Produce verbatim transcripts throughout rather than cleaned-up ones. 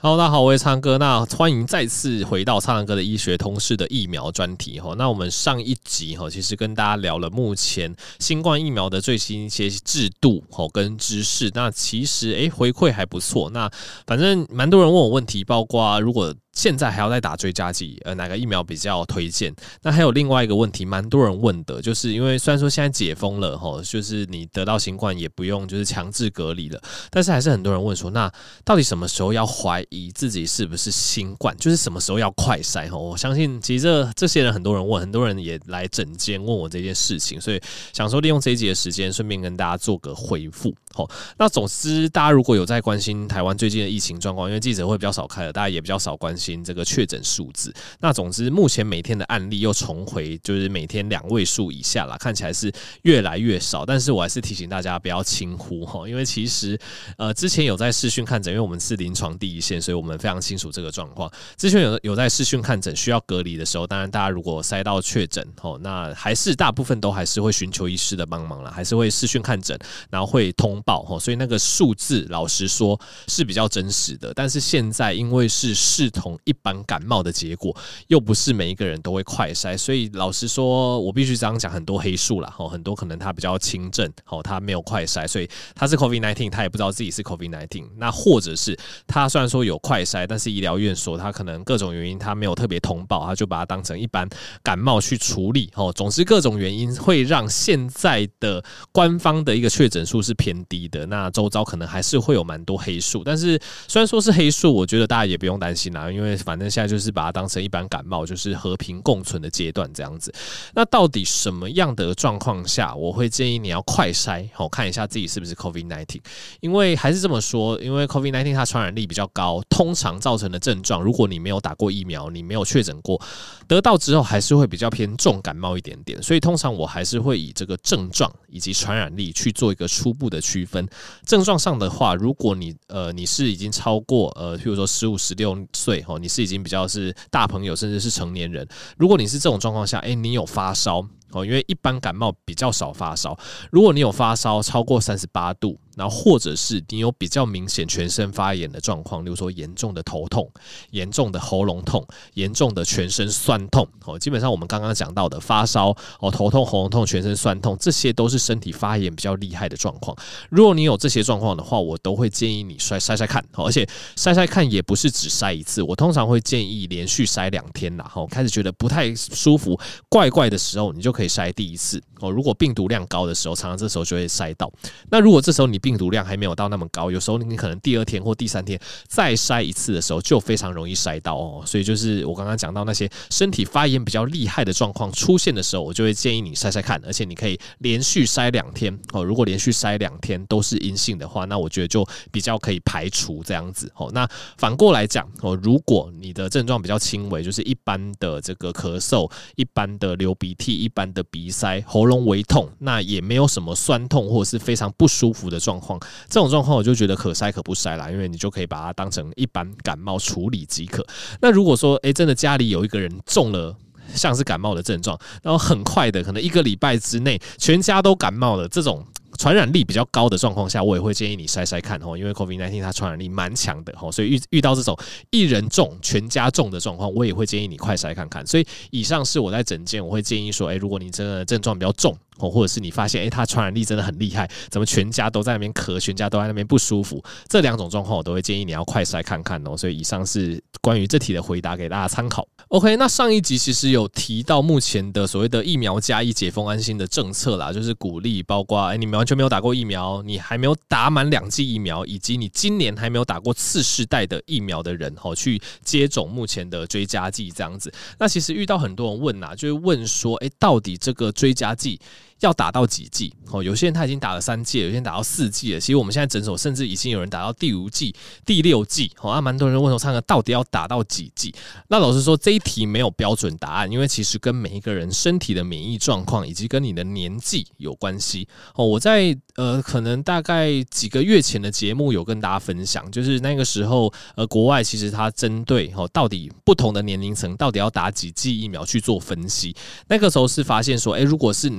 Hello， 大家好，我是苍哥。那欢迎再次回到苍哥的医学通识的疫苗专题。那我们上一集其实跟大家聊了目前新冠疫苗的最新一些制度跟知识。那其实诶回馈还不错。那反正蛮多人问我问题，包括如果现在还要再打追加剂，呃，哪个疫苗比较推荐？那还有另外一个问题，蛮多人问的，就是因为虽然说现在解封了，吼，就是你得到新冠也不用就是强制隔离了，但是还是很多人问说，那到底什么时候要怀疑自己是不是新冠？就是什么时候要快筛？吼，我相信其实这这些人很多人问，很多人也来诊间问我这件事情，所以想说利用这一集的时间，顺便跟大家做个回复。吼，那总之，大家如果有在关心台湾最近的疫情状况，因为记者会比较少开了，大家也比较少关心这个确诊数字。那总之目前每天的案例又重回就是每天两位数以下啦，看起来是越来越少，但是我还是提醒大家不要轻忽，因为其实呃之前有在视讯看诊，因为我们是临床第一线，所以我们非常清楚这个状况。之前有有在视讯看诊需要隔离的时候，当然大家如果塞到确诊，那还是大部分都还是会寻求医师的帮忙啦，还是会视讯看诊，然后会通报，所以那个数字老实说是比较真实的。但是现在因为是视同一般感冒的结果，又不是每一个人都会快筛，所以老实说我必须这样讲，很多黑数啦，很多可能他比较轻症，他没有快筛，所以他是 COVID 十九， 他也不知道自己是 COVID 十九。 那或者是他虽然说有快筛，但是医疗院所他可能各种原因他没有特别通报，他就把它当成一般感冒去处理。总之各种原因会让现在的官方的一个确诊数是偏低的，那周遭可能还是会有蛮多黑数，但是虽然说是黑数，我觉得大家也不用担心啦，因为反正现在就是把它当成一般感冒，就是和平共存的阶段这样子。那到底什么样的状况下我会建议你要快筛，看一下自己是不是 COVID 十九？ 因为还是这么说，因为 COVID 十九 它传染力比较高，通常造成的症状，如果你没有打过疫苗，你没有确诊过，得到之后还是会比较偏重感冒一点点，所以通常我还是会以这个症状以及传染力去做一个初步的区分。症状上的话，如果你呃你是已经超过呃，譬如说十五、十六岁，你是已经比较是大朋友，甚至是成年人，如果你是这种状况下，哎，你有发烧，因为一般感冒比较少发烧，如果你有发烧超过三十八度，然后或者是你有比较明显全身发炎的状况，例如说严重的头痛、严重的喉咙痛、严重的全身酸痛，基本上我们刚刚讲到的发烧、头痛、喉咙痛、全身酸痛，这些都是身体发炎比较厉害的状况。如果你有这些状况的话，我都会建议你筛筛筛看，而且筛筛看也不是只筛一次，我通常会建议连续筛两天啦，开始觉得不太舒服、怪怪的时候，你就可以筛第一次。如果病毒量高的时候，常常这时候就会筛到。那如果这时候你病毒量还没有到那么高，有时候你可能第二天或第三天再筛一次的时候，就非常容易筛到哦。所以就是我刚刚讲到那些身体发炎比较厉害的状况出现的时候，我就会建议你筛筛看，而且你可以连续筛两天哦。如果连续筛两天都是阴性的话，那我觉得就比较可以排除这样子哦。那反过来讲哦，如果你的症状比较轻微，就是一般的这个咳嗽、一般的流鼻涕、一般的鼻塞、喉咙微痛，那也没有什么酸痛或者是非常不舒服的状况，这种状况我就觉得可筛可不筛啦，因为你就可以把它当成一般感冒处理即可。那如果说，哎，真的家里有一个人中了像是感冒的症状，然后很快的，可能一个礼拜之内全家都感冒了，这种传染力比较高的状况下，我也会建议你筛筛看，因为 COVID 十九 它传染力蛮强的，所以 遇, 遇到这种一人中全家中的状况，我也会建议你快筛看看。所以以上是我在诊间我会建议说，如果你真的症状比较重，或者是你发现诶它传染力真的很厉害，怎么全家都在那边咳，全家都在那边不舒服，这两种状况我都会建议你要快筛看看哦。所以以上是关于这题的回答给大家参考。 OK， 那上一集其实有提到目前的所谓的疫苗加一解封安心的政策啦，就是鼓励包括诶你们完全没有打过疫苗，你还没有打满两剂疫苗，以及你今年还没有打过次世代的疫苗的人去接种目前的追加剂这样子。那其实遇到很多人问啊，就是问说诶到底这个追加剂要打到几剂？有些人他已经打了三剂，有些人打到四剂了。其实我们现在诊所甚至已经有人打到第五剂、第六剂。啊，蛮多人问我唱歌到底要打到几剂？那老实说，这一题没有标准答案，因为其实跟每一个人身体的免疫状况以及跟你的年纪有关系。我在呃可能大概几个月前的节目有跟大家分享，就是那个时候呃国外其实它针对到底不同的年龄层到底要打几剂疫苗去做分析。那个时候是发现说，哎，如果是年轻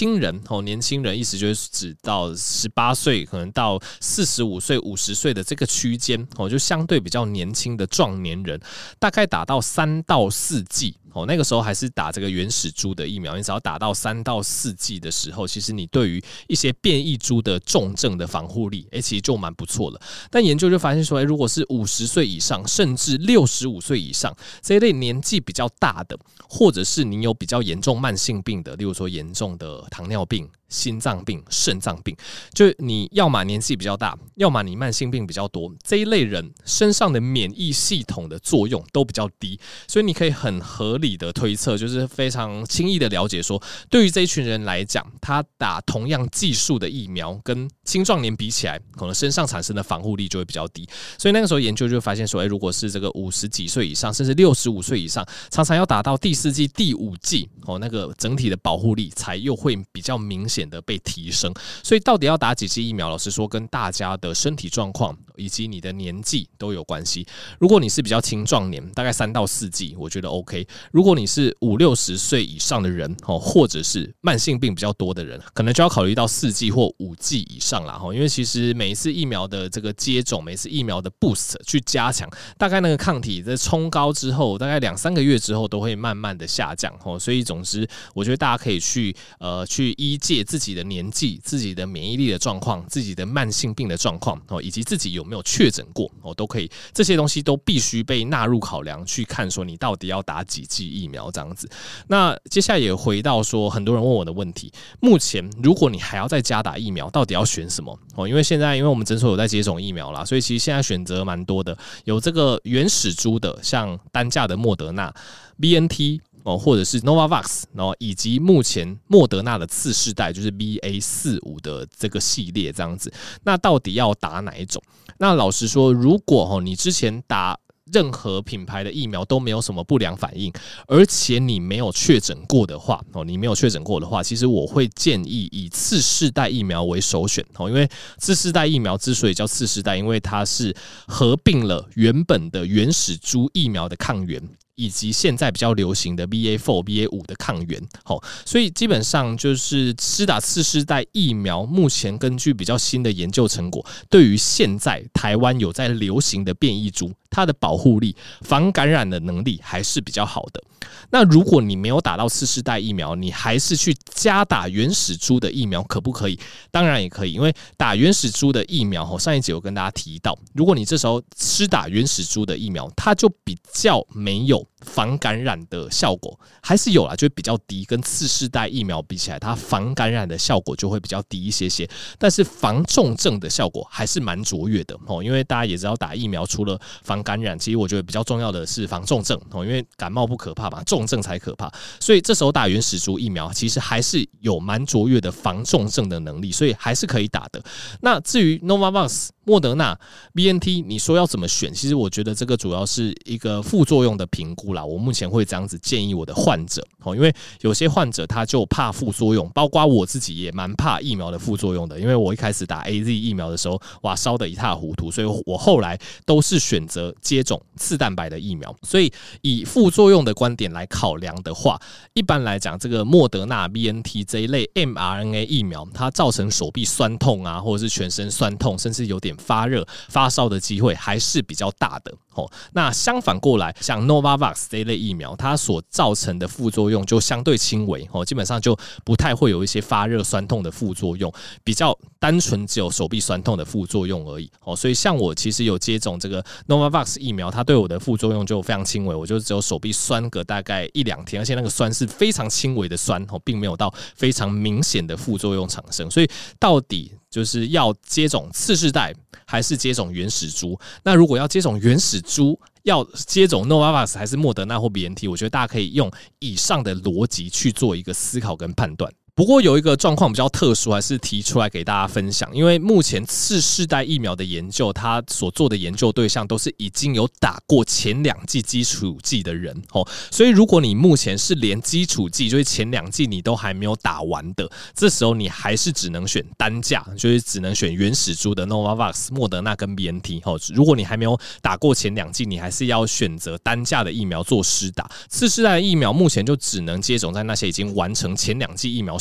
轻人哦，年轻人意思就是指到十八岁，可能到四十五岁、五十岁的这个区间哦，就相对比较年轻的壮年人，大概打到三到四剂。哦，那个时候还是打这个原始株的疫苗，你只要打到三到四剂的时候，其实你对于一些变异株的重症的防护力，欸、其实就蛮不错了。但研究就发现说，欸、如果是五十岁以上，甚至六十五岁以上这一类年纪比较大的，或者是你有比较严重慢性病的，例如说严重的糖尿病、心脏病、肾脏病，就你要么年纪比较大，要么你慢性病比较多，这一类人身上的免疫系统的作用都比较低，所以你可以很合理的推测，就是非常轻易的了解说，对于这一群人来讲，他打同样技术的疫苗跟青壮年比起来，可能身上产生的防护力就会比较低。所以那个时候研究就发现说，欸、如果是这个五十几岁以上，甚至六十五岁以上，常常要打到第四剂、第五剂，哦，那个整体的保护力才又会比较明显的被提升。所以到底要打几剂疫苗，老实说跟大家的身体状况以及你的年纪都有关系。如果你是比较青壮年，大概三到四剂，我觉得 OK。如果你是五六十岁以上的人，或者是慢性病比较多的人，可能就要考虑到四剂或五剂以上啦。因为其实每一次疫苗的这个接种，每一次疫苗的 boost 去加强，大概那个抗体在冲高之后，大概两三个月之后都会慢慢的下降。所以总之，我觉得大家可以去呃去依借自己的年纪、自己的免疫力的状况、自己的慢性病的状况，以及自己有没有确诊过，都可以，这些东西都必须被纳入考量，去看说你到底要打几剂疫苗这样子。那接下来也回到说，很多人问我的问题，目前如果你还要再加打疫苗，到底要选什么？因为现在因为我们诊所有在接种疫苗啦，所以其实现在选择蛮多的，有这个原始株的，像单价的莫德纳、B N T。或者是 Novavax， 以及目前莫德纳的次世代，就是 B A 四十五 的这个系列这样子。那到底要打哪一种？那老实说，如果你之前打任何品牌的疫苗都没有什么不良反应，而且你没有确诊过的话，你没有确诊过的话，其实我会建议以次世代疫苗为首选。因为次世代疫苗之所以叫次世代，因为它是合并了原本的原始株疫苗的抗原，以及现在比较流行的 B A 四、B A 五 的抗原，所以基本上就是施打次世代疫苗，目前根据比较新的研究成果，对于现在台湾有在流行的变异株，它的保护力、防感染的能力还是比较好的。那如果你没有打到次世代疫苗，你还是去加打原始株的疫苗，可不可以？当然也可以，因为打原始株的疫苗，上一集有跟大家提到，如果你这时候施打原始株的疫苗，它就比较没有防感染的效果，还是有啦，就比较低，跟次世代疫苗比起来，它防感染的效果就会比较低一些些，但是防重症的效果还是蛮卓越的。因为大家也知道打疫苗除了防感染，其实我觉得比较重要的是防重症，因为感冒不可怕嘛，重症才可怕，所以这时候打原始株疫苗其实还是有蛮卓越的防重症的能力，所以还是可以打的。那至于 Novavax、莫德纳、B N T， 你说要怎么选？其实我觉得这个主要是一个副作用的评估啦。我目前会这样子建议我的患者，因为有些患者他就怕副作用，包括我自己也蛮怕疫苗的副作用的。因为我一开始打 A Z 疫苗的时候，哇，烧得一塌糊涂，所以我后来都是选择接种次蛋白的疫苗。所以以副作用的观点来考量的话，一般来讲，这个莫德纳、B N T 这一类 M R N A 疫苗，它造成手臂酸痛啊，或者是全身酸痛，甚至有点发热、发烧的机会还是比较大的。那相反过来，像 Novavax 这一类疫苗，它所造成的副作用就相对轻微，基本上就不太会有一些发热酸痛的副作用，比较单纯只有手臂酸痛的副作用而已。所以像我其实有接种这个 Novavax 疫苗，它对我的副作用就非常轻微，我就只有手臂酸个大概一两天，而且那个酸是非常轻微的酸，并没有到非常明显的副作用产生。所以到底就是要接种次世代还是接种原始株？那如果要接种原始株，要接种 Novavax 还是莫德纳或 B N T， 我觉得大家可以用以上的逻辑去做一个思考跟判断。不过有一个状况比较特殊，还是提出来给大家分享。因为目前次世代疫苗的研究，它所做的研究对象都是已经有打过前两剂基础剂的人，所以如果你目前是连基础剂，就是前两剂你都还没有打完的，这时候你还是只能选单价，就是只能选原始株的 Novavax、莫德纳跟 B N T。如果你还没有打过前两剂，你还是要选择单价的疫苗做施打。次世代的疫苗目前就只能接种在那些已经完成前两剂疫苗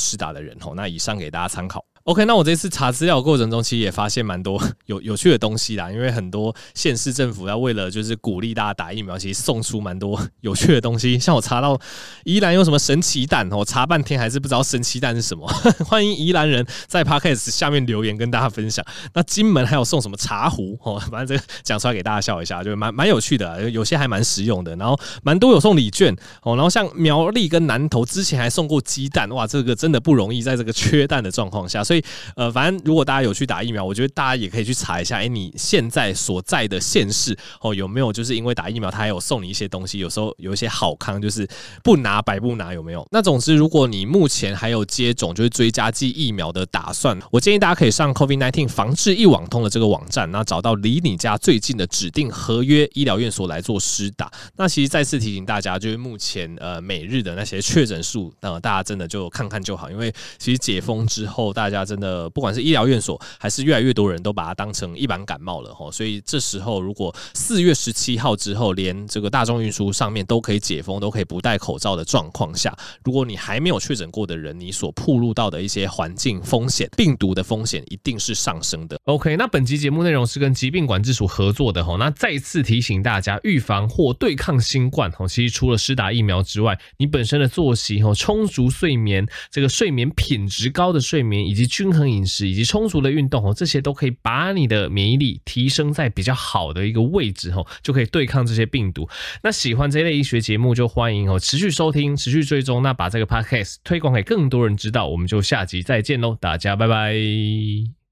施打的人。那以上给大家参考。OK， 那我这次查资料的过程中，其实也发现蛮多有有趣的东西啦。因为很多县市政府要为了就是鼓励大家打疫苗，其实送出蛮多有趣的东西。像我查到宜兰有什么神奇蛋，我查半天还是不知道神奇蛋是什么。欢迎宜兰人在 Podcast 下面留言跟大家分享。那金门还有送什么茶壶，反正这个讲出来给大家笑一下，就蛮蛮有趣的啦，有些还蛮实用的。然后蛮多有送礼券，然后像苗栗跟南投之前还送过鸡蛋，哇，这个真的不容易，在这个缺蛋的状况下，所以。所以，呃，反正如果大家有去打疫苗，我觉得大家也可以去查一下，哎、欸，你现在所在的县市哦，有没有就是因为打疫苗，他还有送你一些东西？有时候有一些好康，就是不拿白不拿，有没有？那总之，如果你目前还有接种就是追加剂疫苗的打算，我建议大家可以上 COVID 十九 防治一网通的这个网站，然后找到离你家最近的指定合约医疗院所来做施打。那其实再次提醒大家，就是目前呃每日的那些确诊数，呃，大家真的就看看就好，因为其实解封之后，大家真的不管是医疗院所还是越来越多人都把它当成一般感冒了齁，所以这时候如果四月十七号之后连这个大众运输上面都可以解封，都可以不戴口罩的状况下，如果你还没有确诊过的人，你所暴露到的一些环境风险、病毒的风险一定是上升的。 OK， 那本集节目内容是跟疾病管制署合作的齁，那再次提醒大家，预防或对抗新冠齁，其实除了施打疫苗之外，你本身的作息齁、充足睡眠、这个睡眠品质高的睡眠以及均衡饮食以及充足的运动，这些都可以把你的免疫力提升在比较好的一个位置，就可以对抗这些病毒。那喜欢这一类医学节目就欢迎持续收听、持续追踪，那把这个 podcast 推广给更多人知道。我们就下集再见咯，大家拜拜。